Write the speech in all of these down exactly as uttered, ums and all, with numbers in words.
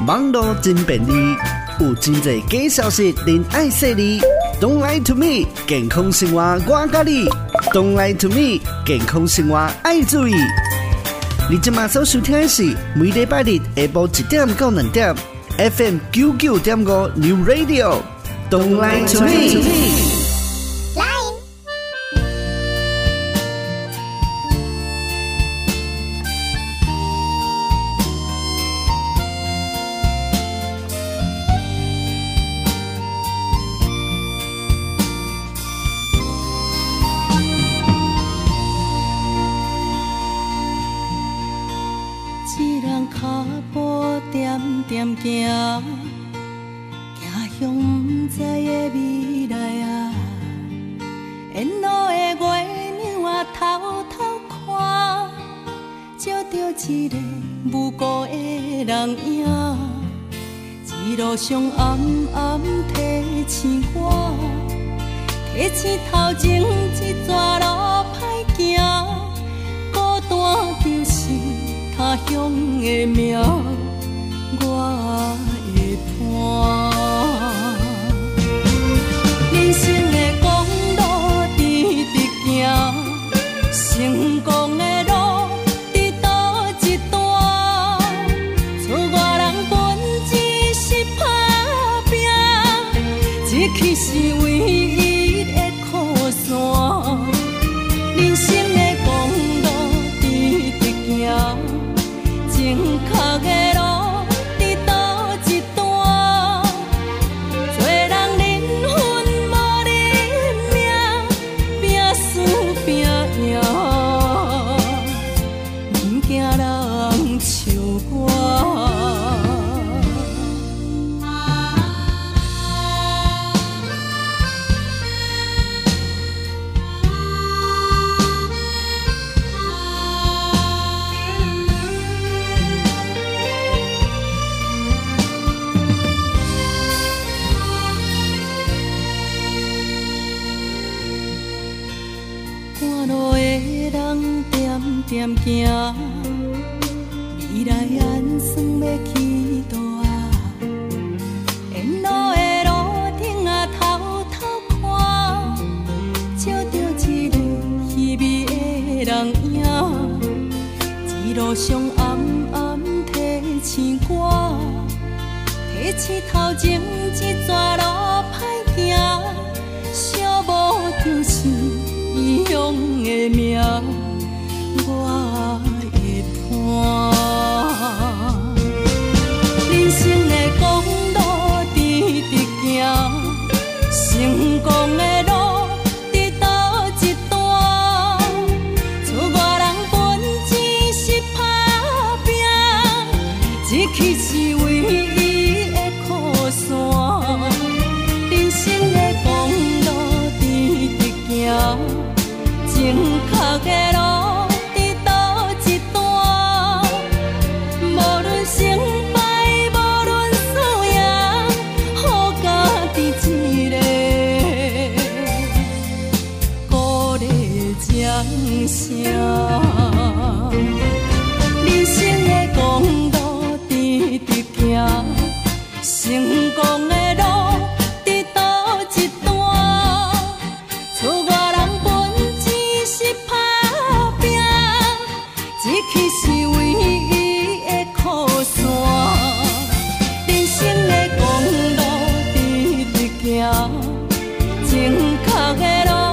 网络真便利，有真侪假消息，恁爱说你。Don't lie to me， 健康生活我甲你。Don't lie to me， 健康生活爱注意。你即马所收听的是每礼拜日下晡一点到两点 ，F M 九九点五 New Radio。Don't lie to me。 行，行向不知的未来啊！沿路的月亮啊，偷偷看，照着一个无辜的人影。一路上暗暗提醒我，提醒头前一段路歹行，孤单就是他乡的命。我的伴，人生的公路直直行，成功的路伫倒一段？厝外人本只是打拼，这却是唯一的靠山。人生的公路直直行，正确的路。点行，未来安算要去倒啊？沿路的路顶啊，偷偷看，照着一个稀微的人影。一路上暗暗提醒我，提醒头前一段路歹行，小无就是异乡的命。我的伴，人生的公路直直行，成功的路伫倒一段？厝外人本只是打拼，这却是唯一的靠山。人生的公路直直行，正确的路。人生的公路直直行，成功的路伫倒一段？厝外人本只是打拼，这却是唯一的靠山。人生的公路直直行，正确的路。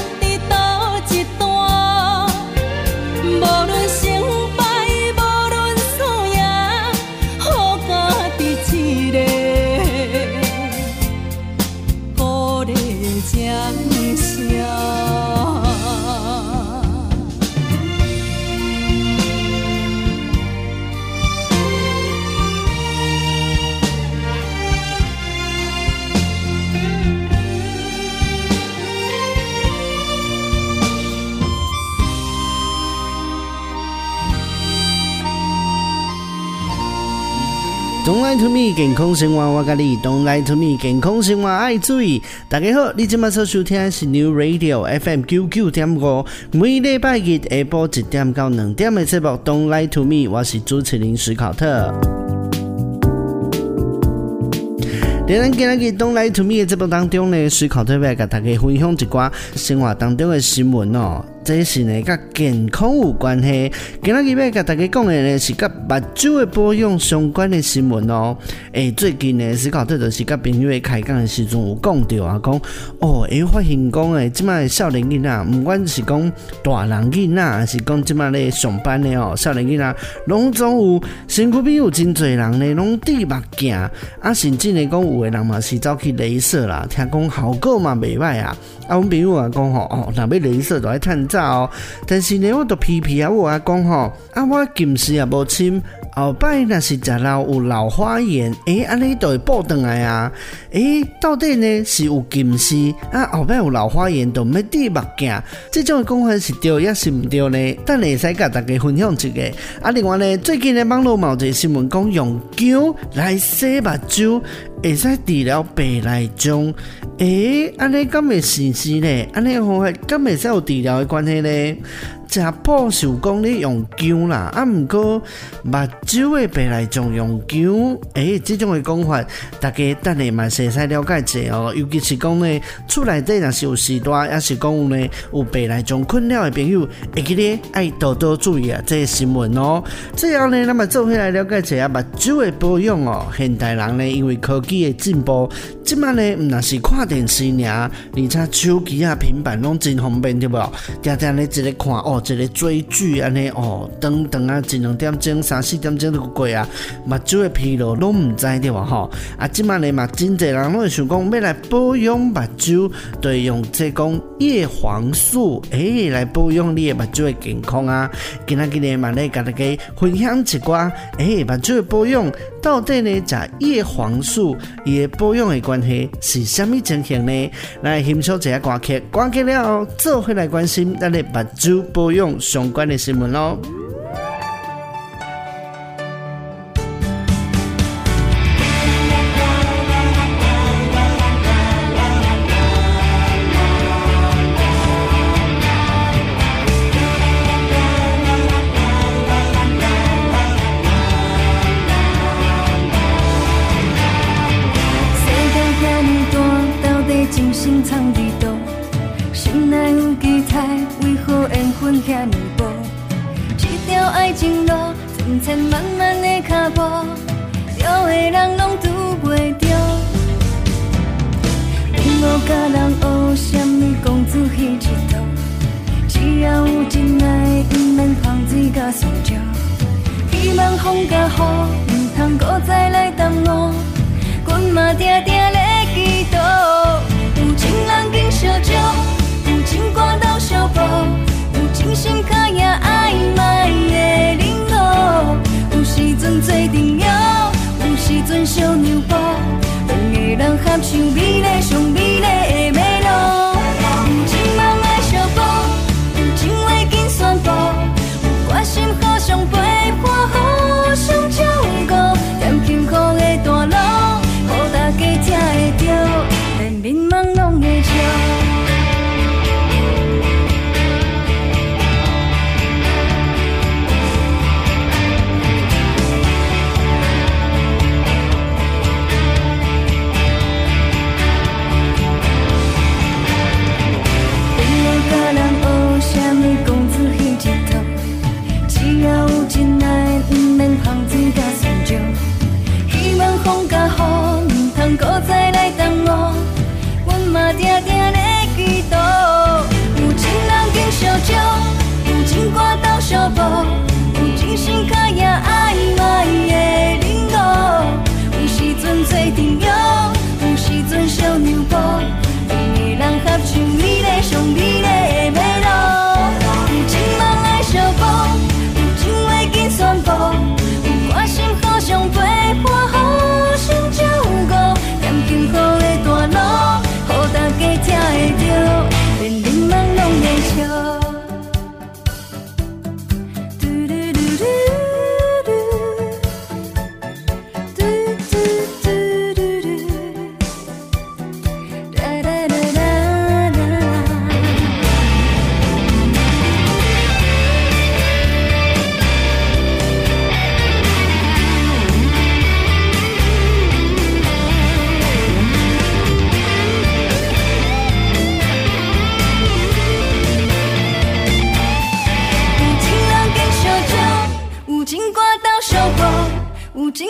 Don't lie to me， 健康生活我甲你。Don't lie to me， 健康生活爱注意。大家好，你今麦所收听的是 New Radio F M 九九点五，每礼拜日下晡一点到两点的节目 Don't lie to me， 我是主持人史考特。 在咱今日Don't Lie to Me的节目当中呢，随口对外甲大家分享一寡生活当中的新闻哦。这是呢，甲健康有关系。今日要甲大家讲的呢，是甲目睭的保养相关的新闻哦。诶、欸，最近呢，思考对就是甲朋友的开讲的时阵有讲到啊，讲哦，会发现讲诶，即摆少年囡仔，不管是讲大人囡仔，还是讲即摆咧上班的哦，少年囡仔，拢总有身躯边有真侪人呢，拢滴目镜，啊，甚至呢讲有的人嘛是走去雷射啦，听讲效果嘛袂歹啊。啊，阮朋友啊讲吼，哦，若要雷射就要趁早哦。但是呢，我都批评啊，我啊讲吼，啊，我近视也无深，后摆若是食老有老花眼，诶、欸，安尼就会补转来啊。诶、欸，到底呢是有近视啊，后摆有老花眼，就毋要戴目镜，这种的讲法是对也是毋对呢？等下会使甲大家分享一个。啊，另外呢，最近的网络嘛有一个新闻讲，用姜来洗目睭，会使治疗白内障。诶、欸，安尼敢会是是呢？安尼方法敢会使有治疗的关系呢？食补是讲你用姜啦，啊，毋过目睭的白内障用姜，诶、欸，这种的讲法，大家等下嘛是使了解一下哦。尤其是讲呢，厝内底若是有时大，也是讲有呢有白内障困扰的朋友，会记得爱多多注意啊，这个新闻哦。最后呢，咱嘛做伙来了解一下目睭的保养哦。现代人呢，因为科技的进步，即摆呢，毋若是看电视尔，而且手机啊、平板拢真方便，对无？常常呢，一个看哦。一个追剧安尼哦，长长啊，一两点钟、三四点钟就过啊，目睭的疲劳拢唔知对吧？吼啊，即摆呢嘛，真侪人拢会想讲要来保养目睭，就会用这讲叶黄素诶、欸、来保养你的目睭的健康啊。今仔日呢嘛咧，甲大家分享一寡诶目睭的保养，到底呢食叶黄素伊的保养的关系是虾米情形呢？来欣赏一下歌曲，歌曲了后做伙来关心咱的目睭保养相关的新闻咯。 情路千千万万的脚步，对的人拢拄袂着。你无甲人学什么公主戏一套，只要有真爱，不免芳水甲酸椒。希望风甲雨，唔通搁再来耽误，阮嘛定定咧祈祷。有情人紧相招，有情歌斗相报，有情心卡也暧昧的领悟。有时阵做阵摇，有时阵小牛步，两个人合唱美丽上美丽的美路。有情梦爱相报，有情话紧宣布，有决心互相陪伴，互相照顾。甜辛苦的大路，予大家听会着，连迷茫拢会笑。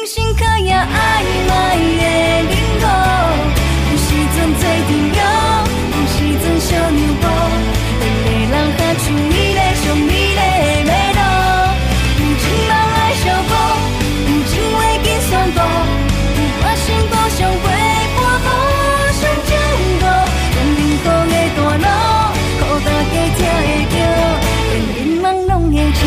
生较也暧昧的冷落，有时阵做甜药，有时阵烧牛步，两个人合像美丽上美丽的马路，有情人爱相顾，有情话紧宣布，有我心故乡陪伴，互相照顾，用幸福的大路，互大家听会到，连连梦拢会笑。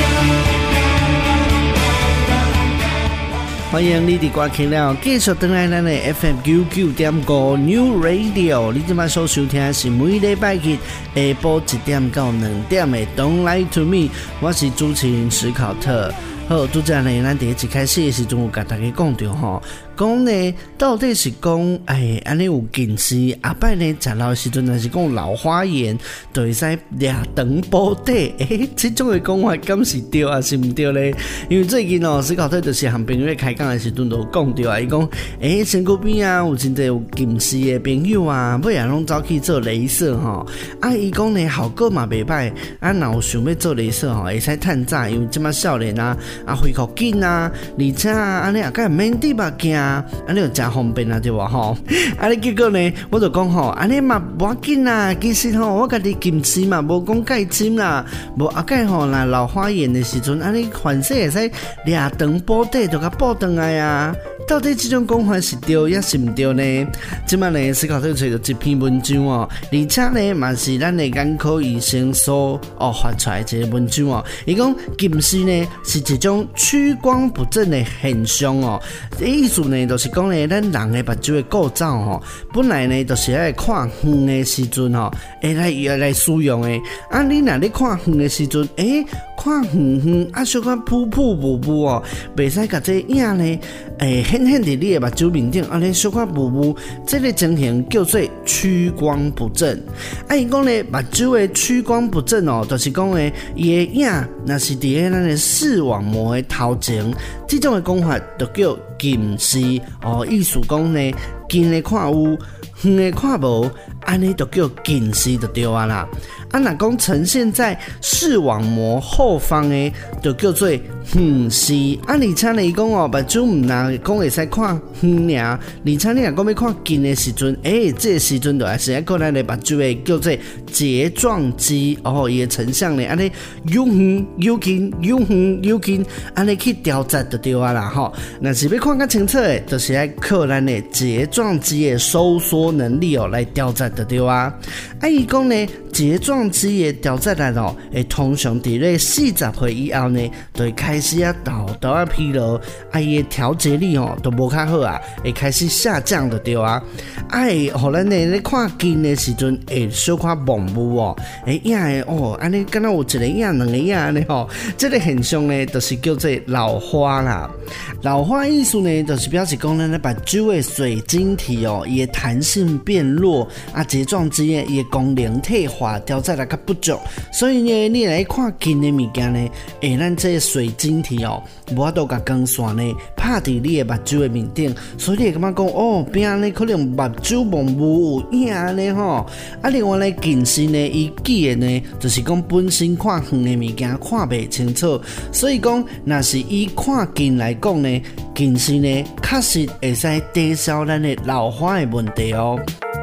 欢迎你伫歌曲了，继续回来咱的 F M 九九点五 New Radio。你今摆所收听的是每礼拜日下晡一点到两点的 Don't Lie to Me， 我是主持人史考特。好，拄则呢，咱第一开始的时阵有甲大家讲着吼，讲呢到底是讲哎安尼有近视，后摆呢食老的时阵，若是讲老花眼，就会使抓长补底。诶，这种的讲法敢是对还是毋对咧？因为最近哦，史考特就是和朋友开讲的时阵都讲着啊，伊讲诶身躯边啊有真侪有近视的朋友啊，尾啊拢走去做雷射吼。啊，伊讲呢效果嘛袂歹，啊若有想要做雷射吼，会使趁早，因为即马少年啊。啊，恢复紧啊，而且啊，安尼也敢免滴目镜，安尼就真方便啊，对吧？吼，安尼结果呢，我就讲吼，安尼嘛无要紧啊，其实吼，我家己近视嘛，无讲戒针啦，无啊介吼，若老花眼的时阵，安尼凡事会使抓长补底，就甲补转来啊。到底这种讲法是对也是唔对呢？即摆呢，史考特找到一篇文章哦，而且呢，嘛是咱的眼科医生所哦发出来一个文章哦。伊讲近视呢是一种屈光不正的现象哦。意思呢，就是讲呢，咱人的目睭的构造哦，本来呢就是爱看远的时阵哦，会来来使用的。啊，你若咧看远的时阵，诶、欸，看远远啊，小可扑扑雾雾哦，袂使甲这影呢，诶、欸。显现伫你的目睭面顶，安尼小可雾雾，这个情形叫做屈光不正。啊，伊讲咧，目睭的屈光不正哦，就是讲咧，伊的影若是伫咧咱的视网膜的头前，这种的讲法就叫近视哦。意思讲咧，近的看有，远的看无，安尼就叫近视就对啊啦。啊，若讲呈现在视网膜后方的，就叫做远视。啊，而且呢，伊讲哦，目睭唔若讲会使看远尔，而且你若讲要看近的时阵，诶、欸，这个时阵就还是要看咱的目睭的叫做睫状肌哦，伊的成像呢，安尼又远又近，又远又近，安尼去调节就对啊啦吼。若是要看较清楚的，就是要靠咱的睫状肌的收缩能力哦来调节就对啊。啊，伊讲呢，睫状肌的调节力哦，会通常伫咧四十岁以后呢，就会开始啊豆豆啊疲劳，啊伊的调节力哦都无较好啊，会开始下降就对啊。啊，会互咱呢咧看近的时阵会小可模糊哦，诶影的哦，安尼敢若有一个影两个影安尼吼，这个现象呢，就是叫做老花啦。老花意思呢，就是表示讲咱咧目睭的水晶体哦，伊的弹性变弱啊，睫状肌呢伊的功能退化，调节力较不足，所以呢，你来看近的物件呢，诶，咱这个水晶体哦，无法度甲光线呢拍伫你的目睭的面顶，所以你会感觉讲哦，边呢可能目睭模糊有影呢吼。啊，另外呢，近视呢，伊记的呢，就是讲本身看远的物件看袂清楚，所以讲若是以看近来讲呢，近视呢，确实会使抵消咱的老花的问题哦。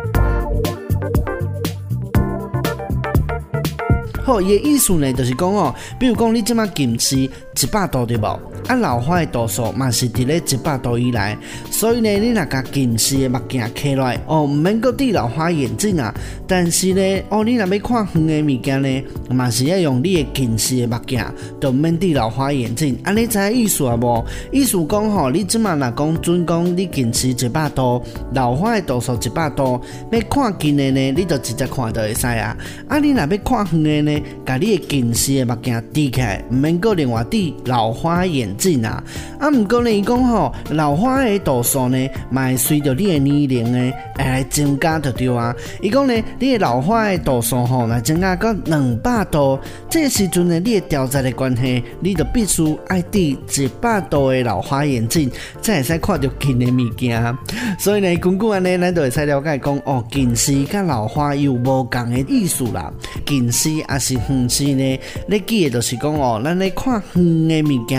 好，伊的意思呢，就是讲哦，比如讲你即马近视一百度对无？啊，老花的度数嘛是伫咧一百度以内，所以呢，你若甲近视的目镜摕落来，哦，毋免搁戴老花眼镜啊。但是呢，哦，你若要看远的物件呢，嘛是要用你的近视的目镜，就毋免戴老花眼镜。安尼知影意思啊无？意思讲吼，你即马若讲准讲你近视一百度，老花的度数一百度，要看近的呢，你就直接看就会使啊。啊，你若要看远的呢，甲你的近视的目镜戴起来，毋免搁另外戴老花眼镜。啊，啊，毋过呢，伊讲吼，老花的度数呢，嘛会随着你的年龄呢，会来增加就对啊。伊讲呢，你的老花的度数吼，来增加到两百度，这时阵呢，你的调节的关系，你就必须爱戴一百度的老花眼镜，才会使看到近的物件。所以呢，根据安尼，咱就会使了解讲，哦，近视甲老花有无共的意思啦。近视也是远视呢，你记的就是讲哦，咱咧看远的物件。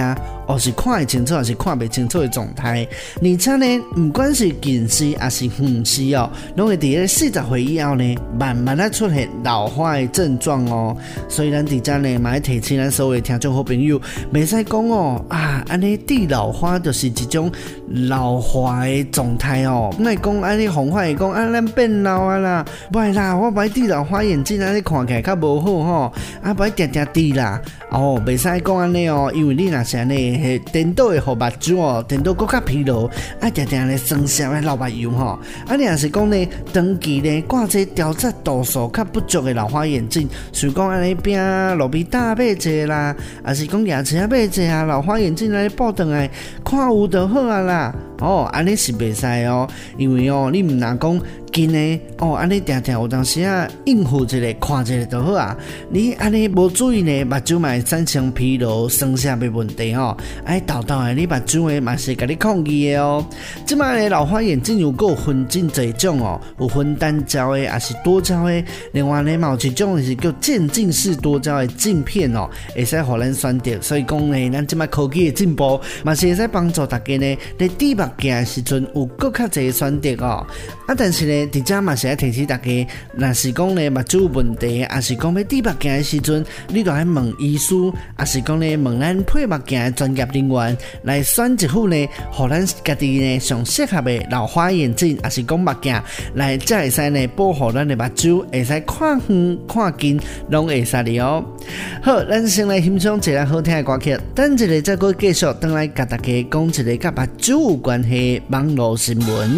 或是看会清楚，还是看不清楚的状态。而且呢，不管是近视还是远视哦，拢会伫咧四十岁以后呢，慢慢啊出现老花的症状哦。所以咱伫遮呢，嘛要提醒咱所有的听众好朋友，袂使讲哦啊，安尼治老花就是一种老化的状态哦。莫讲安尼红坏讲啊，咱变老啊啦，袂啦，我买治老花眼镜安尼看起来较无好吼，啊，袂定定治啦。哦，袂使讲安尼哦，因为你若是安尼，颠倒会互目睭哦，颠倒更较疲劳，啊，定定咧酸涩咧流目油吼。啊，你若是讲呢，长期咧挂这调节度数较不足的老花眼镜，像讲安尼拼路边搭买一个啦，还是讲牙齿啊买一个啊，老花眼镜来报转来看有就好啊啦。哦，安尼是袂使哦，因为哦，你毋能讲紧的哦，安尼定定有当时啊应付一下看一下就好啊。你安尼无注意呢，目睭嘛会产生疲劳、酸涩的问题哦。哎，豆豆的你目睭的嘛是甲你抗议的哦。即摆的老花眼镜有够分真侪种哦，有分单焦的，也是多焦的。另外呢，嘛有一种是叫渐进式多焦的镜片哦，会使互咱选择。所以讲呢，咱即摆科技的进步，嘛是会使帮助大家呢，在治目镜的时阵有更较侪选择哦。啊，但是呢，伫遮嘛是要提醒大家，若是讲呢目睭有问题，还是讲要治目镜的时阵，你就要问医师，还是讲呢问咱配目镜的专业人员来选一副呢，互咱家己呢上适合的老花眼镜，还是讲目镜，来才会使呢保护咱的目睭，会使看远看近，拢会使的哦。好，咱先来欣赏一个好听的歌曲，等一下再继续回来甲大家讲一个甲目睭有关系的网络新闻。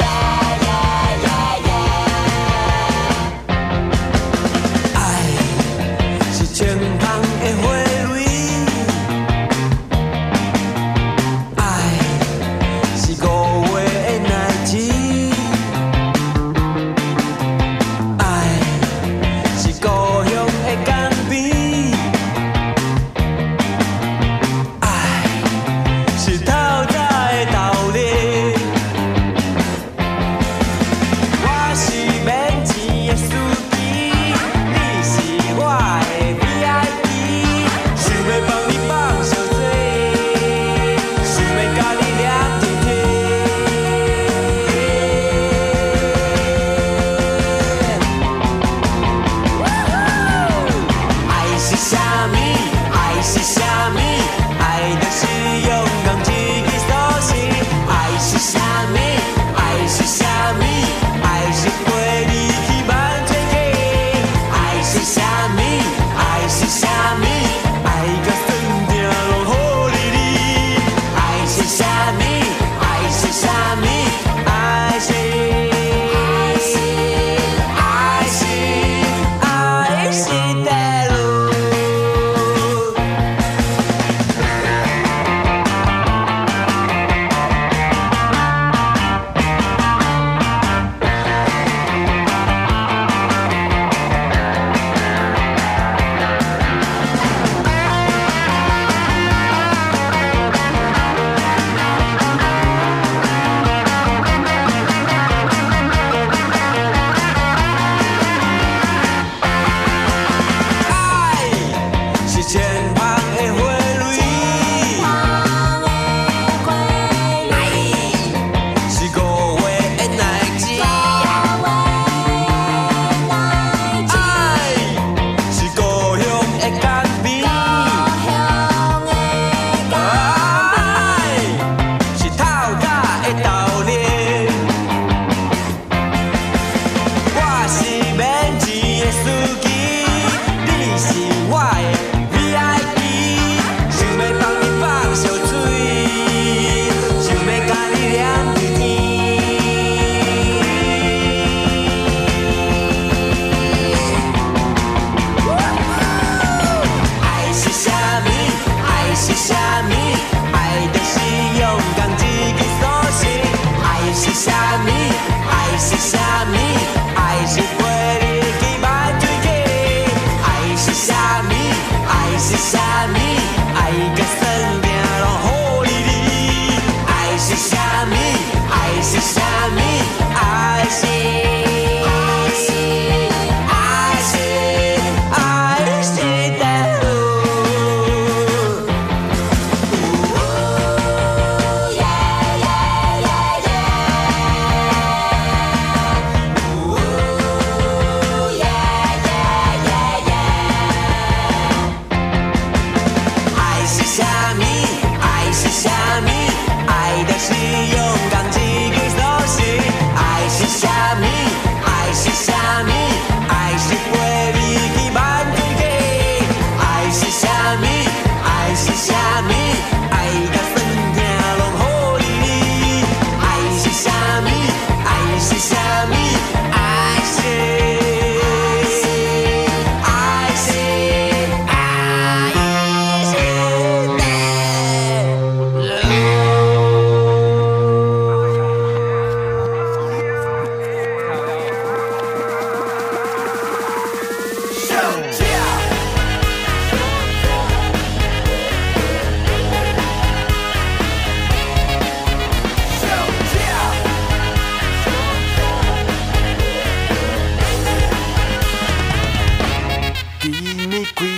爱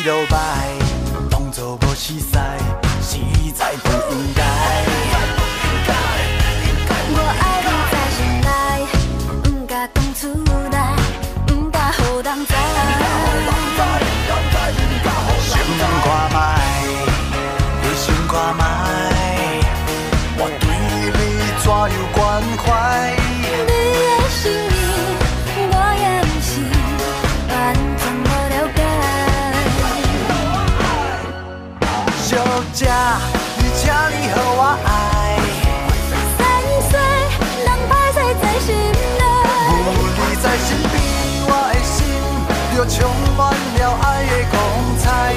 几落摆，当作无实使，实在不应该。 我爱你在心内，不敢讲出来，不敢予人知。 想看卖，你想看卖，我对你怎样关怀？ 你的心意，我也不是完全无了解。 小姐，你请你予我爱。 三岁人歹势在心内， 有你在身边，我的心就充满了爱的光彩。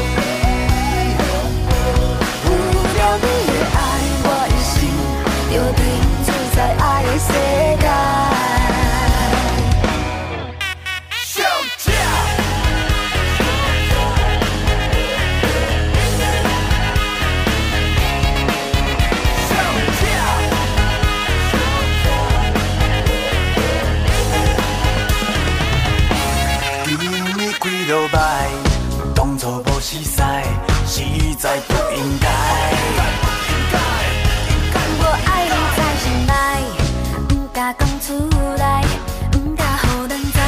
有了你的爱，我的心就停止在爱的世界。 小姐，小姐，给你几落摆，当作无实使，实在不应该。 我爱你在心内，不敢讲出来，不敢予人知。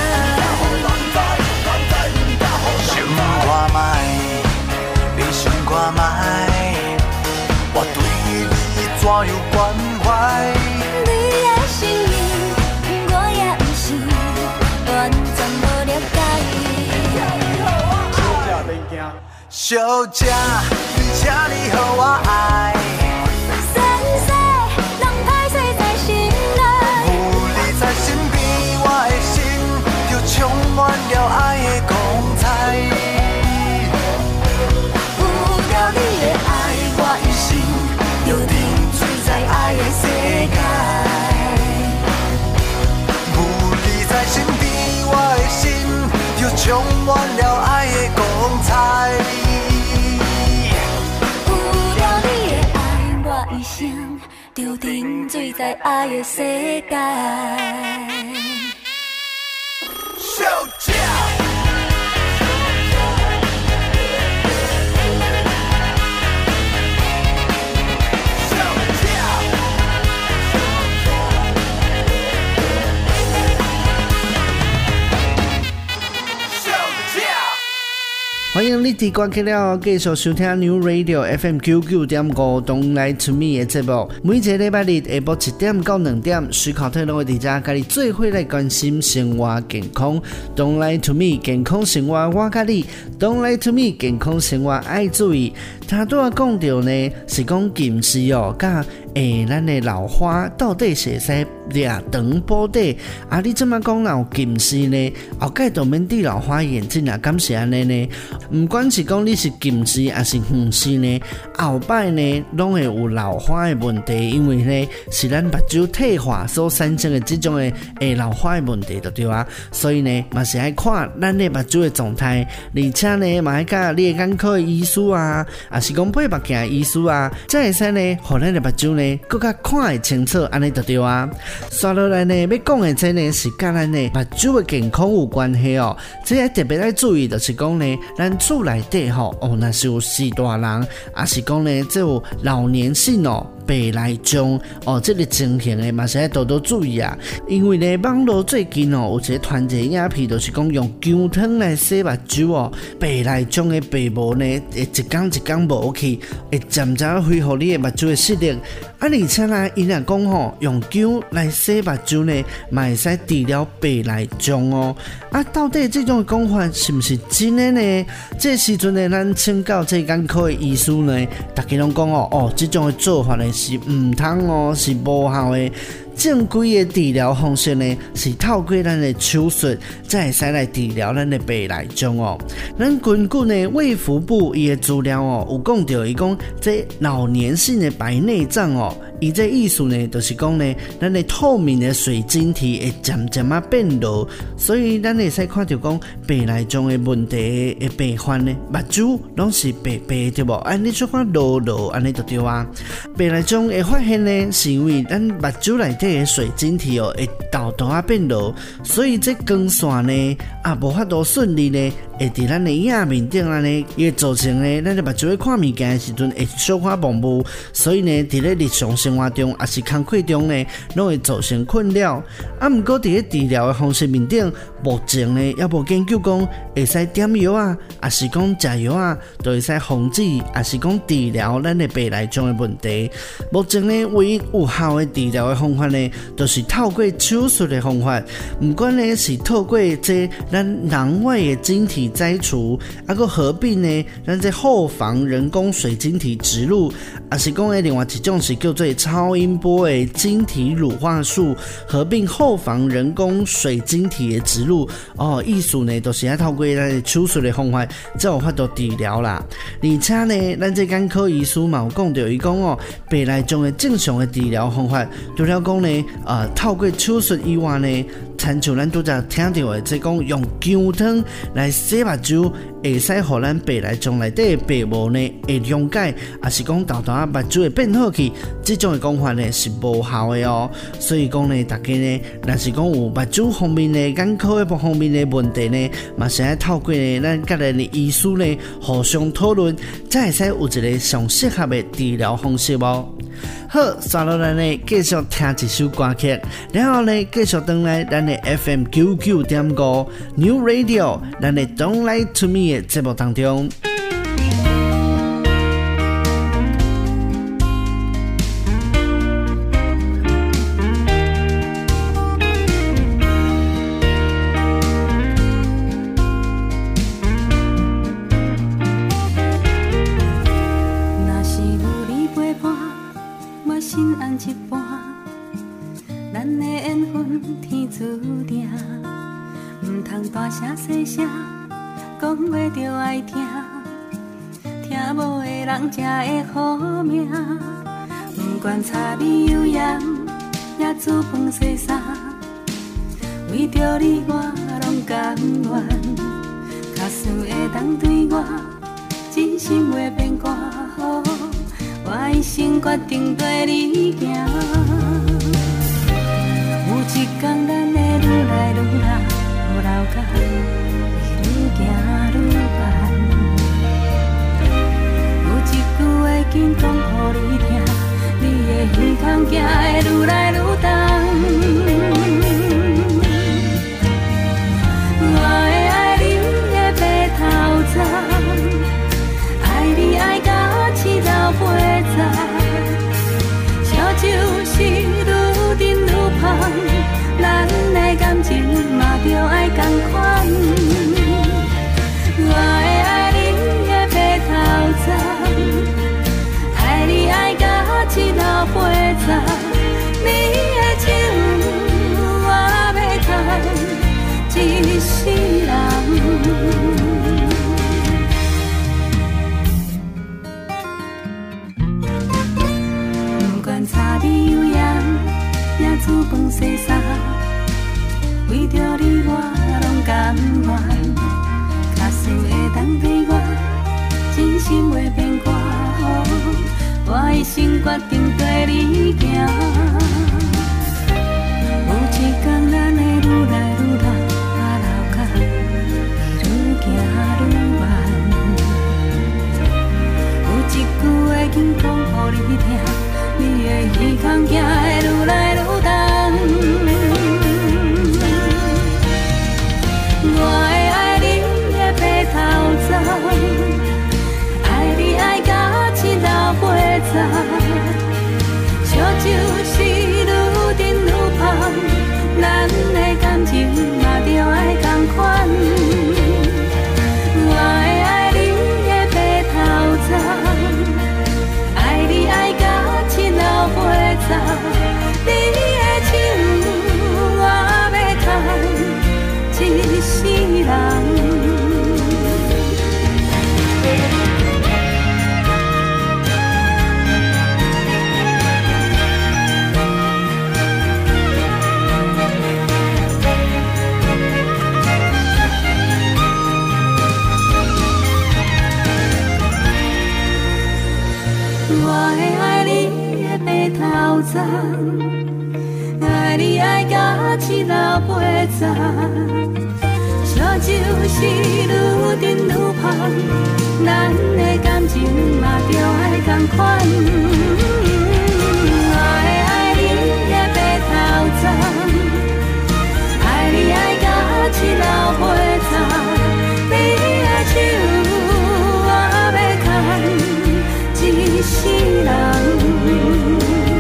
想看卖，你想看卖，我对你怎样关怀？ 你的心意，我也不是完全无了解。 小姐，你请你予我爱。 三岁人歹势在心内， 有你在身边，我的心就充满了爱的光彩。 有了你的爱，我的心就停止在爱的世界。 有你在身边，我的心就充满了爱的光彩。 有了你的爱，我一生就停止在爱的世界。 小姐。 欢迎你伫关起了，继续收听 New Radio F M 九九点五东来 To Me 的节目。每一个礼拜日下晡一点到两点，徐考特拢会伫遮，甲你做伙来关心生活健康。东来 To Me 健康生活，我甲你。东来 To Me 健康生活爱注意。他拄仔讲到呢，是讲近视哦，甲诶咱的老花到底是会使掠长补底？啊，你怎么讲若有近视呢？后盖就免戴老花眼镜啊？敢是安尼呢？不管是讲你是近视还是远视呢，后摆呢拢会有老花的问题，因为呢是咱目睭退化所产生的这种的诶老花的问题，就对啊。所以呢，嘛是爱看咱的目睭的状态，而且呢嘛爱甲你的眼科的医师啊，也是讲配目镜的医师啊，才会使呢，互咱的目睭呢更加看会清楚，安尼就对啊。刷落来呢，要讲的这呢是甲咱的目睭的健康有关系哦。这个特别要注意，就是讲呢，咱厝内底吼，哦，那是有四大人，也是讲呢，这有老年性哦。白内障哦，这个情形的嘛是要多多注意啊，因为呢，网络最近哦有一个团结影片，就是讲用姜汤来洗目睭哦，白内障的白膜呢，会一天一天无去，会渐渐恢复你的目睭的视力。啊，而且呢，因也讲吼，用姜来洗目睭呢，嘛会使治疗白内障哦。啊，到底这种讲法是不是真的呢？这时阵呢，咱请教这眼科的医师呢，大家拢讲哦，哦，这种的做法呢。是唔通哦，是无效的。正规的治疗方式呢，是透过咱的手术，才会使来治疗咱的白内障哦。咱根据呢卫福部伊的资料哦，有讲到伊讲这老年性的白内障哦，伊这意思呢，就是讲呢，咱的透明的水晶体会渐渐啊变弱，所以咱会使看到讲白内障的问题的病患呢，目睭拢是白白对无？安尼做看落落，安尼就对啊。白内障会发现呢，是因为咱目睭内底的水晶体哦会豆豆啊变弱，所以这光线呢啊无法度顺利呢会伫咱的影面顶安尼，伊会造成呢，咱的目睭看物件的时阵会小可模糊，所以呢，伫咧日常生活中也是工课中呢，拢会造成困扰。啊，毋过伫咧治疗的方式面顶，目前呢，也无研究讲会使点药啊，也是讲食药啊，都会使防止，也是讲治疗咱的白内障的问题。目前呢，唯一有效的治疗的方法呢，就是透过手术的方法。唔管呢是透过这咱囊外的晶体摘除，啊个合并呢，咱这后房人工水晶体植入，啊是讲诶另外一种是叫做超音波的晶体乳化术，合并后房人工水晶体的植入。哦，意思呢，就是要透过咱的手术的方法，才有法度治疗啦。而且呢，咱这眼科医师嘛有讲到，伊讲哦，白内障的正常的治疗方法，除了讲呢，呃，透过手术以外呢，亲像咱拄则听到的，即讲用姜汤来洗目睭，会使互咱白内障内底的白雾呢会溶解，也是讲豆豆啊目睭会变好去，这种的讲法呢是无效的哦。所以讲呢，大家呢，若是讲有目睭方面的、眼科的方面的问题呢，嘛是要透过呢咱甲咱的医师呢互相讨论，才会使有一个上适合的治疗方式哦。好，刷落来呢，继续听一首歌曲，然后呢，继续登来咱的 F M 九九点五 New Radio， 咱的 Don't Lie to Me 的节目当中。 大声细声，讲话着爱听，听无的人才会好命。不管柴米油盐，也煮饭洗衫，为着你我拢甘愿。假使会当对我真心话变歌，我一生决定跟你行。有一天咱会愈来愈老。老甲会愈行愈慢，有一句话紧讲予你听，你的耳孔行会愈来愈重。我会爱你的白头鬃，爱你爱到七老八十，烧酒是愈饮愈芳，咱的感情嘛着爱同款。我会爱你的白头鬃，爱你爱到七老八十，你的情我要赚一世人。不管柴米油盐，也煮饭洗衫。为着你我拢甘愿，假使会当对我真心话变歌，我一生决定跟你行。有一天咱会愈来愈老，啊老甲会愈行愈慢。有一句话紧讲予你听，你的耳孔行会愈来愈重。我会爱你的白头鬃，爱你爱到七老八十，烧酒是愈饮愈芳，咱的感情嘛着爱同款。我会爱你的白头鬃，爱你爱到七老八十，你的情我要赚。一世人。我会爱你的白头鬃，爱你爱到七老八十。烧就是愈沉愈芳，咱的感情嘛着爱同款。我会爱你的白头鬃，爱你爱到七老八十，你的手我要牵一世人。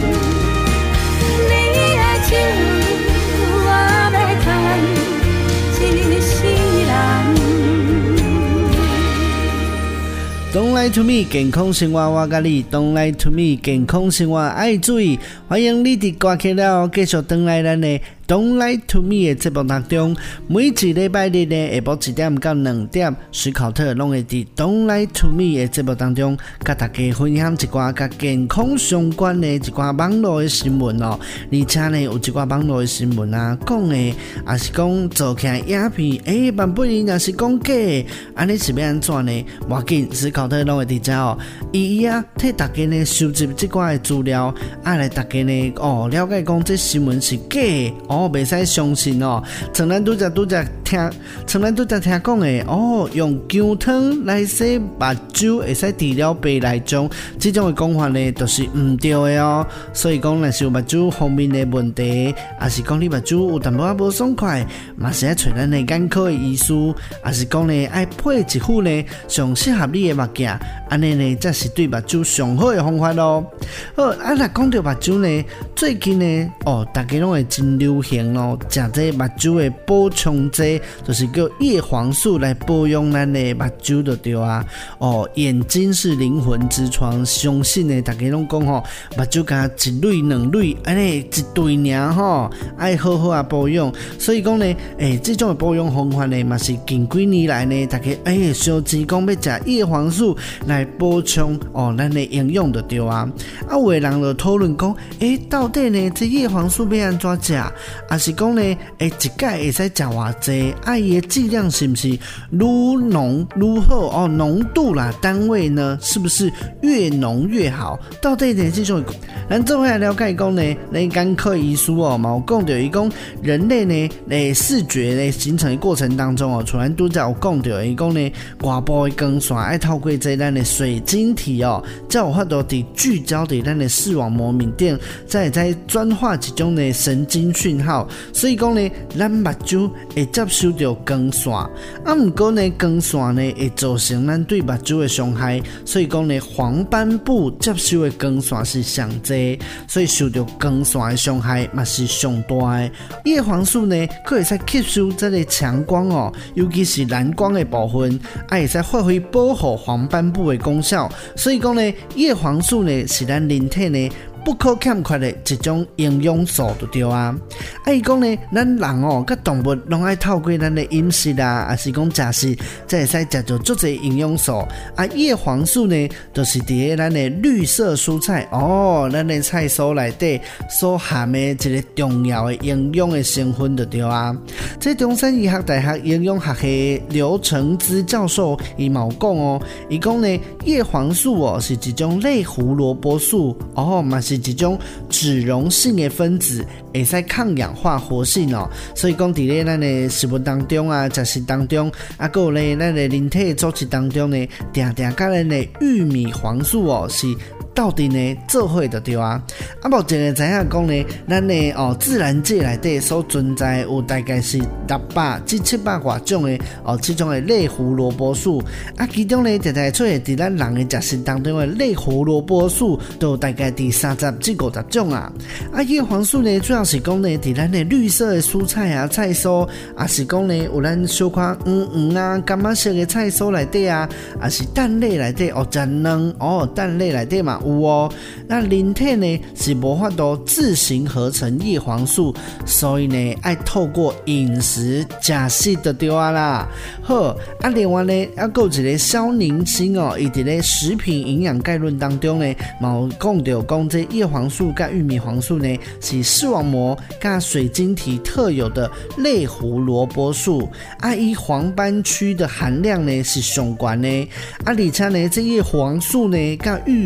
Don't lie to me， 健康生活我甲你。Don't lie to me， 健康生活爱注意。欢迎你伫歌曲了继续回来咱的 Don't lie to me 的节目当中，每一礼拜日呢下晡一点到两点，史考特拢会伫 Don't lie to me 的节目当中，甲大家分享一寡甲健康相关的一寡网络的新闻哦。而且呢，有一寡网络的新闻啊，讲的也是讲做起来影片，诶，版本人也是讲假的，安尼是要安怎呢？无要紧，史考特拢会伫遮哦。伊啊，替大家呢收集这寡的资料，啊来大家呢哦了解讲这新闻是假的。哦，袂使相信哦！像咱拄则拄则听，像咱拄则听讲的哦，用姜汤来洗目睭会使治疗白内障，这种的讲法呢，都是唔对的哦。所以讲，若是有目睭方面的问题，也是讲你目睭有淡薄仔无爽快，嘛是爱找咱的眼科的医师，也是讲呢爱配一副呢上适合你的目镜，安尼呢才是对目睭上好的方法咯。好，啊，若讲到目睭呢，最近呢，哦，大家拢会真流行咯，食这目睭的补充剂，就是叫叶黄素来保养咱的目睭就对啊。哦，眼睛是灵魂之窗，相信呢，大家拢讲吼，目睭加一蕊两蕊，安尼一对尔吼，爱好好啊保养。所以讲呢，诶、欸，这种的保养方法呢，嘛是近几年来呢，大家诶烧钱讲要食叶黄素来补充哦，咱的营养就对啊。啊，有的人就讨论讲，诶、欸，到底呢，这叶黄素要安怎食？啊是讲呢，诶，一盖会使食偌济？啊，伊的剂量是不是愈浓愈好？哦，浓度啦，单位呢，是不是越浓越好？到底呢，这种，咱做伙来了解讲呢，咱眼科医师哦，嘛有讲到伊讲，人类呢，诶，视觉呢形成的过程当中哦，像咱拄则有讲到，伊讲呢，外部的光线爱透过这咱的水晶体哦，才有法度伫聚焦伫咱的视网膜面顶，才会在转化一种呢神经讯号。所以讲呢，咱目睭会接收到光线，啊，毋过呢，光线呢会造成咱对目睭的伤害。所以讲呢，黄斑部接收的光线是上济，所以受到光线的伤害嘛是上大的。叶黄素呢，佫会使吸收这个强光哦，尤其是蓝光的部分，啊，会使发挥保护黄斑部的功效。所以讲呢，叶黄素呢是咱人体呢不可欠缺的一种营养素就对啊。啊，伊讲呢，咱人哦，甲动物拢爱透过咱的饮食啊，还是讲食食，才会使食到足侪营养素。啊，叶黄素呢，就是伫个咱的绿色蔬菜哦，咱的菜蔬内底所含的一个重要的营养的成分就对啊。这中山医学大学营养学系刘成姿教授伊嘛有讲哦，伊讲呢，叶黄素哦是一种类胡萝卜素哦，嘛是一种脂溶性的分子，会使抗氧化活性哦。所以讲，伫咧咱的食物当中啊，食食当中，啊，还有咧咱的人体组织当中呢，定定甲咱的玉米黄素哦是。到底呢做伙就对啊！啊，目前呢知影讲呢，咱的哦自然界内底所存在有大概是六百至七百外种的哦，这种的类胡萝卜素啊，其中呢，常常出现伫咱人的食食当中的类胡萝卜素，都大概伫三十至五十种啊。啊，叶黄素呢，主要是讲呢，伫咱的绿色的蔬菜啊、菜蔬，啊是讲呢，有咱小可黄黄啊、柑仔色的菜蔬内底啊，啊是蛋类内底哦，食卵哦，蛋类内底嘛。有哦，那人体呢是无法度自行合成叶黄素，所以呢爱透过饮食食食就对啊啦。好，啊另外呢，还有一个萧宁星哦，伊伫咧食品营养概论当中呢，嘛有讲到讲这叶黄素甲玉米黄素呢是视网膜甲水晶体特有的类胡萝卜素，啊伊黄斑区的含量呢是上悬的，啊而且呢这叶黄素呢甲玉米黄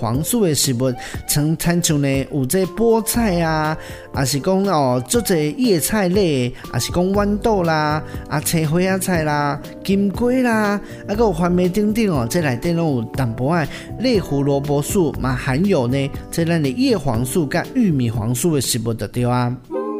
黄素的食物，像亲像呢有这菠菜啊，也是讲哦，做这叶菜类，也是讲豌豆啦、啊青花仔菜啦、金龟啦，啊个有番麦等等哦，这内底拢有淡薄仔类胡萝卜素嘛，含有呢这咱的叶黄素甲玉米黄素的食物就对啊。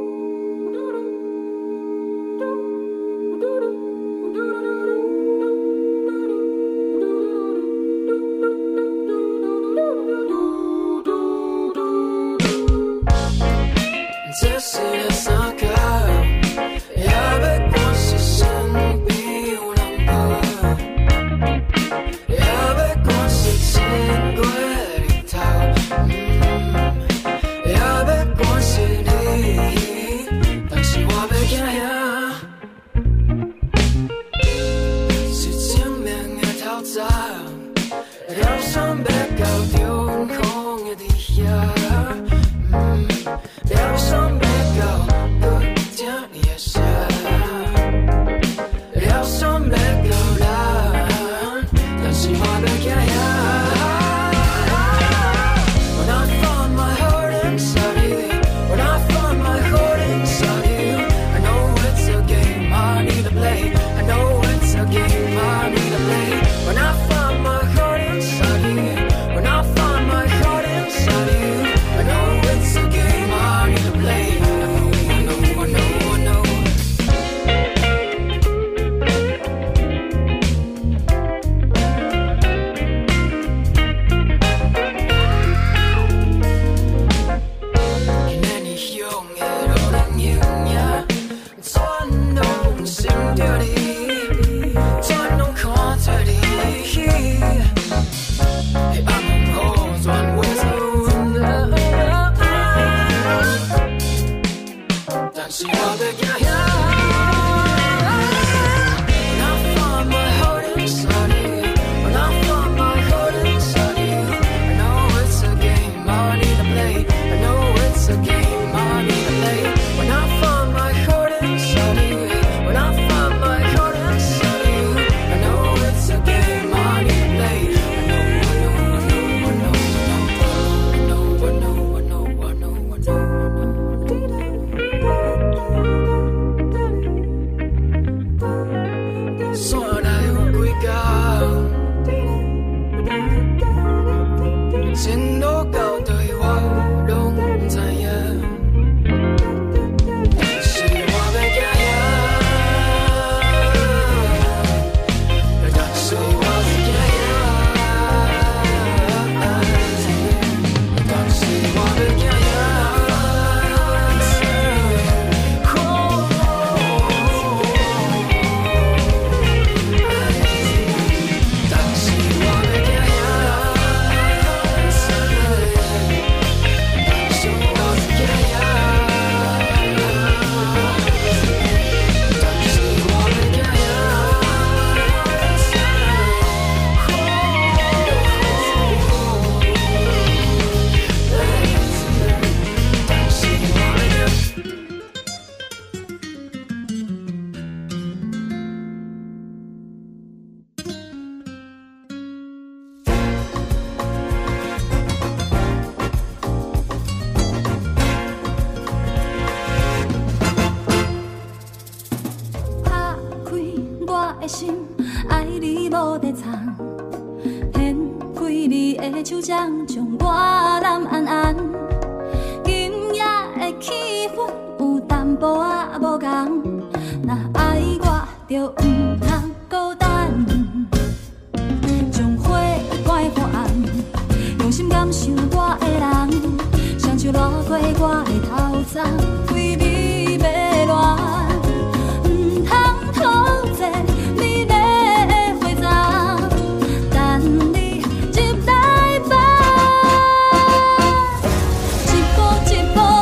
手掌将我揽安安，今夜的气氛有淡薄仔无同，若爱我就毋通孤单，将火关予暗，用心感受我的人，双手落过我的头鬃，为你要乱。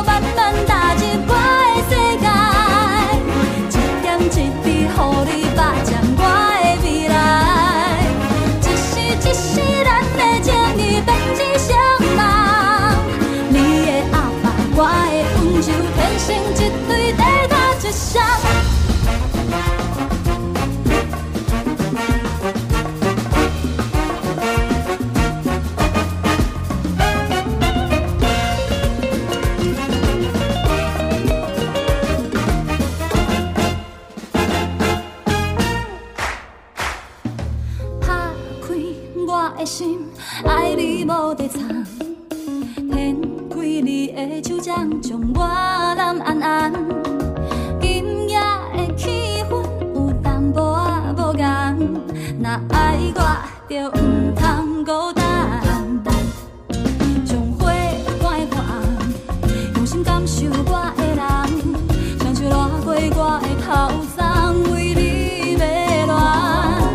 一滴，予你把我的心，爱你无地藏。天开你的手掌，将我揽安安。今夜的气氛有淡薄仔无共，若爱我就唔通孤单。将火赶快暗，用心感受我的人，双手拉过我的头鬃，为你迷乱。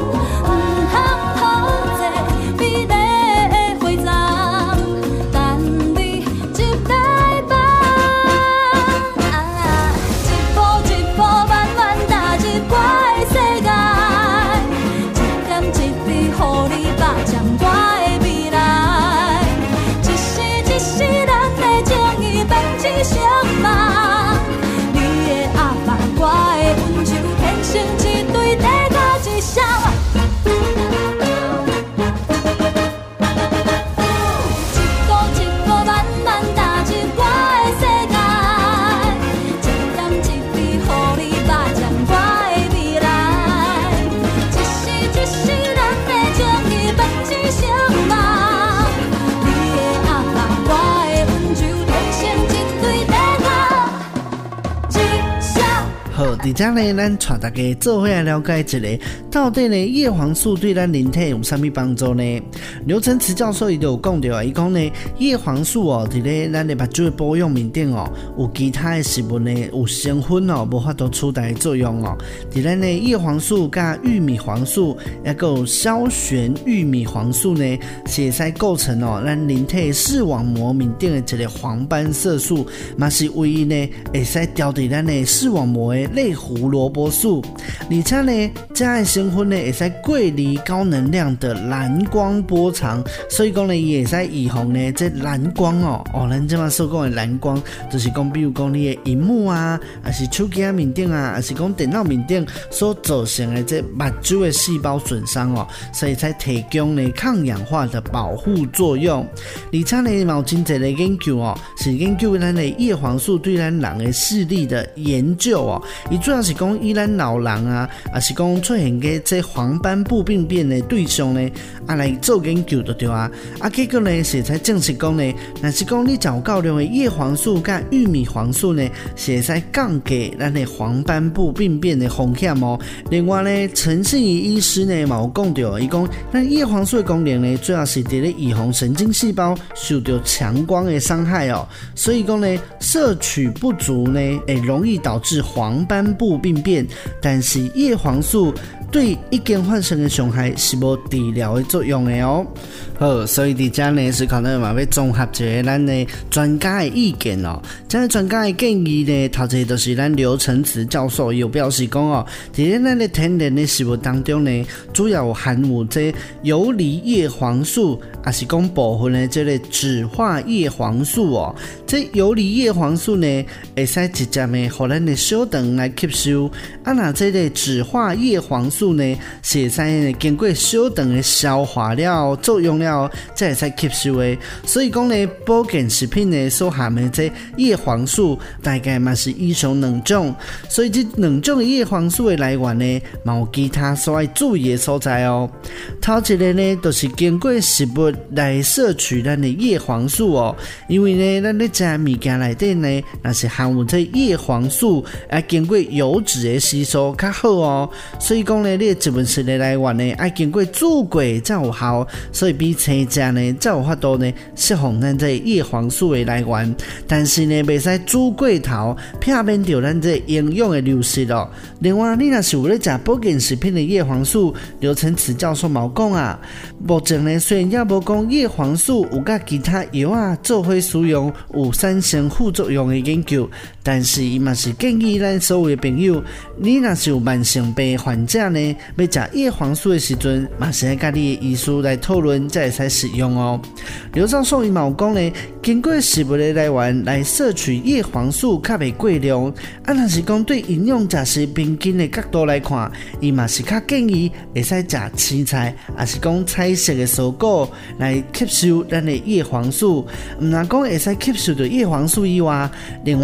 伫遮呢，咱带大家做伙来了解一下，到底呢叶黄素对咱人体有啥物帮助呢？刘成慈教授伊就有讲到啊，伊讲呢叶黄素哦，伫咧咱的目睭的保养面顶哦，有其他的食物呢有成分哦，无法度取代的作用哦。伫咱的叶黄素加玉米黄素，还有消旋玉米黄素呢，是会使构成哦咱人体视网膜面顶的一个黄斑色素，嘛是唯一呢会使调伫咱的视网膜的类胡萝卜素，而且呢，这的成分呢会使过滤高能量的蓝光波长，所以讲呢，伊会使预防呢这蓝光哦哦，咱即马所讲的蓝光，就是讲比如讲你的荧幕啊，还是手机面顶啊，还是讲电脑面顶所造成的这目睭的细胞损伤哦，所以才提供呢抗氧化的保护作用。而且呢，有真侪的研究哦，是研究咱的叶黄素对咱人的视力的研究哦。伊主要是讲以咱老人啊，也是讲出现嘅这黄斑部病变的对象呢，啊来做研究就对啊。啊，结果呢是才证实讲呢，若是讲你有够量的叶黄素加玉米黄素呢，是会使降低咱的黄斑部病变的风险哦。另外呢，陈信仪医师呢嘛有讲到，伊讲咱叶黄素的功能呢，主要是伫咧预防神经细胞受到强光的伤害哦。所以讲呢，摄取不足呢，会容易导致黄斑部病变，但是叶黄素对已经发生的伤害是无治疗的作用的哦。好，所以伫遮呢是可能嘛要综合一下咱的专家的意见哦。这个专家的建议呢，头一个就是咱刘成慈教授有表示讲哦，伫咱的天然的食物当中呢，主要有含有这游离叶黄素，也是讲部分的这个酯化叶黄素哦。这游离叶黄素呢，会使直接的互咱的小肠来吸收，啊，那这个酯化叶黄素呢，是会使经过小肠的消化了作用了，才会使吸收的。所以讲呢，保健食品呢所含的这叶黄素，大概嘛是以上两种。所以这两种的叶黄素的来源呢，嘛有其他所要注意的所在哦。头一个呢，就是经过食物来摄取咱的叶黄素哦，因为呢，咱咧食物件内底呢，若是含有这叶黄素，要经过油脂的吸收较好哦。所以讲呢，你的植物性的来源呢，要经过煮过才有效，所以比生食呢才有法度呢释放咱这叶黄素的来源。但是呢，袂使煮过头，避免掉咱这营养的流失哦。另外，你若是有咧食保健食品的叶黄素，刘成慈教授嘛讲啊，目前呢虽然也无讲叶黄素有甲其他药啊做伙使用有产生副作用的研究，但是伊嘛是建议咱所有的朋友，你若是有慢性病患者呢，要食叶黄素的时阵，嘛是要甲你的医师来讨论，才会使使用哦。刘教授伊嘛有讲呢，经过食物的来源来摄取叶黄素较袂过量，啊，若是讲对营养价值平均的角度来看，伊嘛是较建议会使食青菜，也是讲菜色的蔬果来吸收咱的叶黄素。毋但讲会使吸收到叶黄素以外，另外呢，佫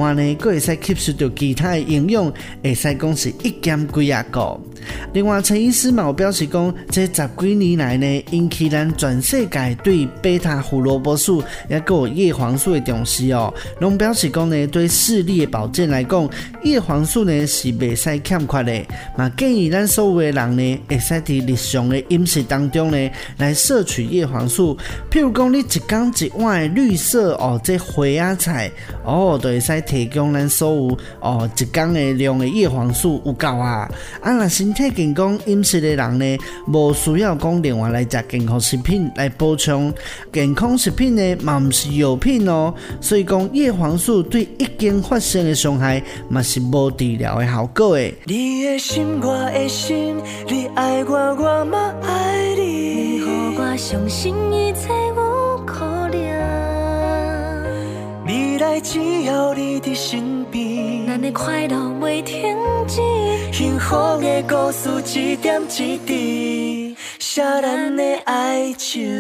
佫会使吸收到其他的营养，会使讲是一兼几啊个。另外，陈医师嘛有表示讲，这十几年来呢，引起咱全世界对贝塔胡萝卜素也佫有叶黄素的重视哦。拢表示讲呢，对视力的保健来讲，叶黄素呢是袂使欠缺的。嘛建议咱所有的人呢，会使伫日常的饮食当中呢，来摄取叶黄素。譬如讲，你一缸一碗的绿色哦，这花椰菜哦，就会使提供咱所有哦一缸的量的叶黄素有够啊。啊，若身体健康饮食的人呢，无需要讲另外来食健康食品来补充。健康食品呢，嘛毋是药品哦，所以讲叶黄素对已经发生的伤害，嘛是无治疗的效果的。 你的心，我的心，你爱我，我嘛爱你。你予我相信一切有可能。未来只要你伫身边，咱的快乐袂停止。幸福的故事一点一滴，写咱的爱情。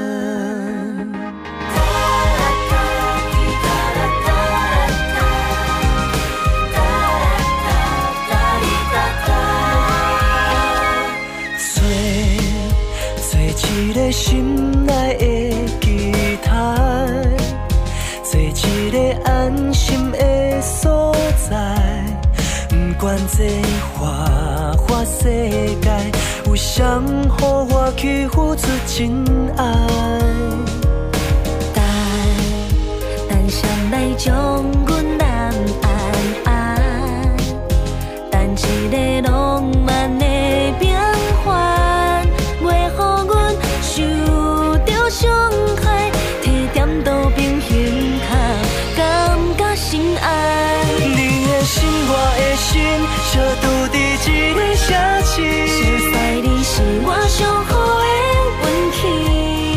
一个心内的期待，做一个安心的所在。不管这花花世界，有谁予我去付出真爱？等，等谁来将阮难安安？等一个浪漫的变幻，袂予阮受到伤害，提点到平衡卡，感觉心安。你的心，我的心，相拄伫一个城市。相识你是我上好的运气。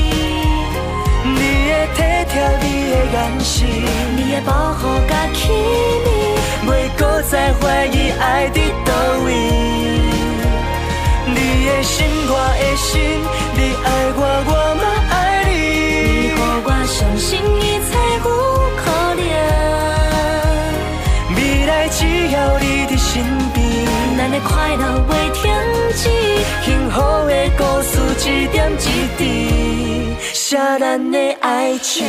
你的体贴，你的眼神，你的保护甲气味，袂搁再怀疑爱伫倒位。你的心，我的心，你爱我，我嘛爱你。你予我相信一切有可能。未来只要你伫身边，咱的快乐袂停止。幸福的故事一点一滴，写咱的爱情。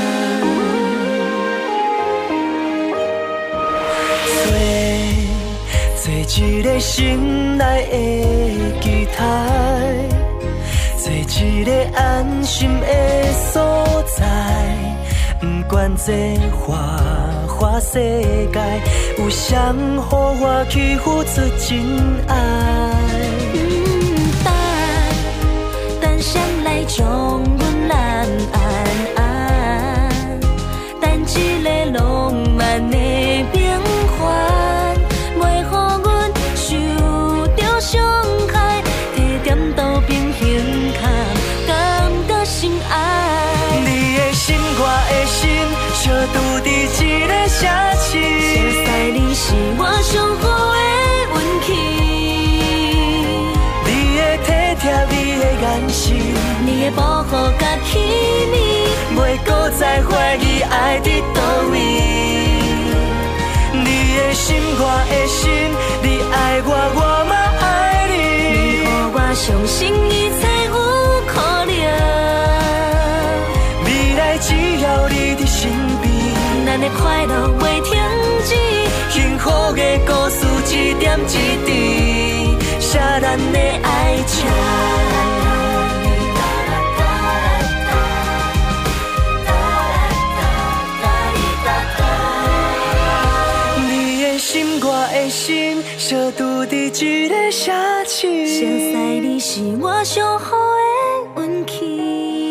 做一个心内的期待，做一个安心的所在。不管这花花世界，有谁予我去付出真爱？等，等谁来将阮难安安？等一个浪漫的变幻，袂予阮受到伤害，提点到平衡卡，感觉心安。你的心，我的心，相拄伫一个城市。相识你是我上好的运气。你的体贴，你的眼神，你的保护甲气味，袂搁再怀疑爱伫倒位。你的心，我的心，你爱我，我嘛爱你。你予我相信一切有可能。未来只要你伫身边，咱的快乐袂停止。幸福的故事一点一滴，写咱的爱情。你的心，我的心，相拄伫一个城市。相识你是我上好的运气。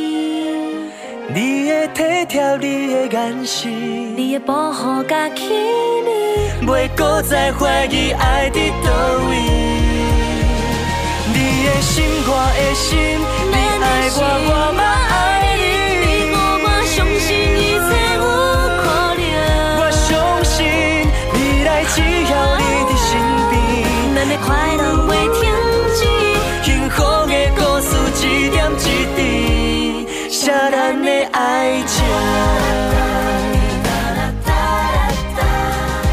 你的体贴，你的眼神，你的保护甲气味，袂搁再怀疑爱伫倒位。你的心，我的心，你爱我，我嘛爱你。你予我相信一切有可能。我相信未来只要你伫身边，咱的快乐袂停止。幸福的故事一点一滴，写咱的爱情。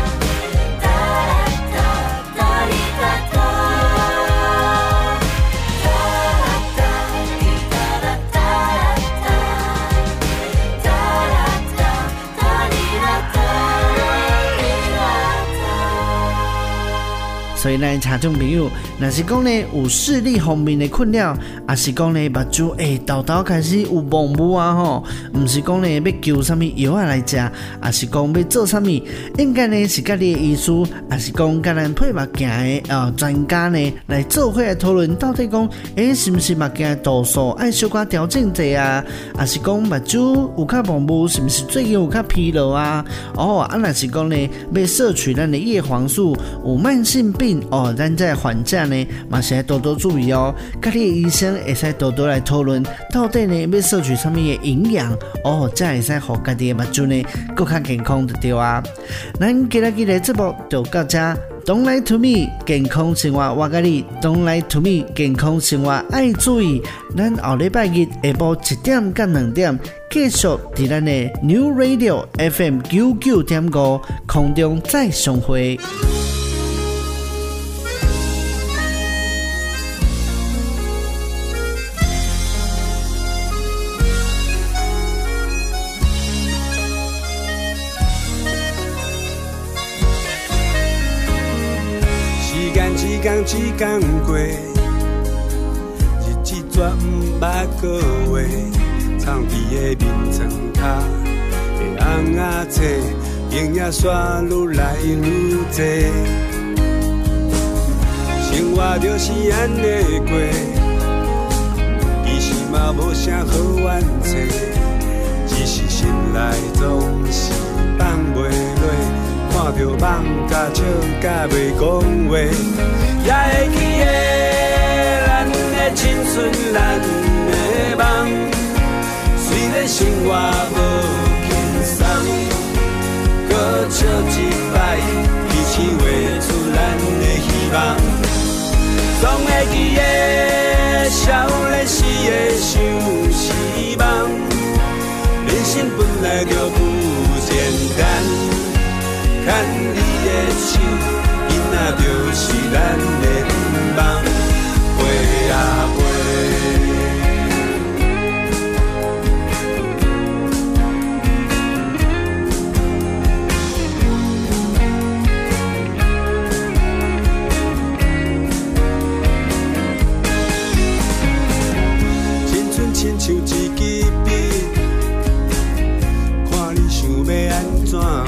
所以咱听众朋友，若是讲呢有视力方面的困扰，也是讲呢目睭诶豆豆开始有蒙雾啊吼，唔是讲呢要求什么药啊来食，也是讲要做什么，应该呢是甲你的医师，也是讲甲咱配目镜的呃专家呢来做伙来讨论，到底讲诶、欸、是不是目镜的度数爱小可调整者啊，也是讲目睭有较蒙雾，是不是最近有较疲劳啊？哦，啊若是讲呢要摄取咱的叶黄素，有慢性病哦，咱在还价呢，嘛是要多多注意哦。甲你的医生会使多多来讨论，到底呢要摄取什么的营养哦，才会使互家己的目睭呢更较健康就对啊。咱今日嘅节目就到这。Don't lie to me， 健康生活我甲你 Don't lie to me， 健康生活爱注意。咱后礼拜日下晡一點到兩點，繼續伫咱的 New Radio F M 九九點五空中再相會。 一天一天过，日子绝不捌过话。藏伫的眠床榻的红仔册，影也煞愈来愈多。生活就是安尼过，其实嘛无啥好怨嗟，只是心内总是放袂落。看着梦甲笑甲袂讲话，也会记得咱的青春，咱的梦。虽然生活无轻松，搁笑一摆，彼此画出咱的希望。总会记得少年时的想希望，人生本来就不简单。牵你的手，囡仔就是咱的梦，飞啊飞。青春亲像一支笔，看你想要安怎画。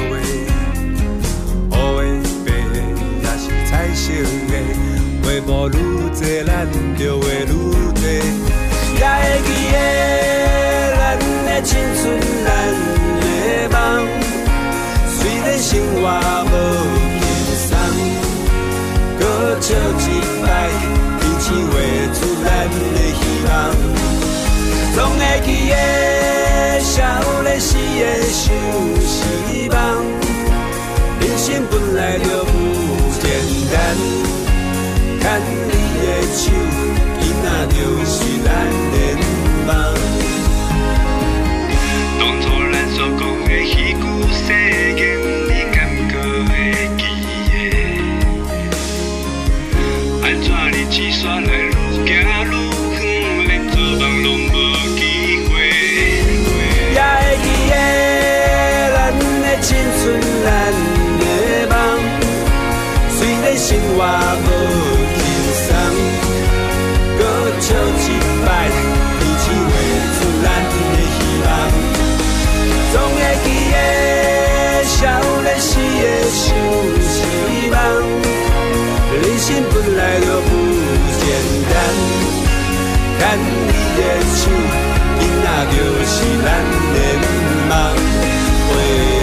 彩色的画布愈多，咱就画愈多。也会记得咱的青春，咱的梦。虽然生活无轻松，搁笑一摆，彼此画出咱的希望。总会记得少年时的想希望，人生本来就不简单，牵你的手，囡仔就是咱的梦。当初咱所讲的彼句誓言，你敢搁会记得？安怎日子煞来愈行愈远，连做梦拢无机会。也会记得咱的青春，咱的梦。虽然生活无轻松，搁笑一摆，彼此画出咱的希望。总会记得少年时的想希望，人生本来就不简单。牵你的手，囡仔就是咱的梦。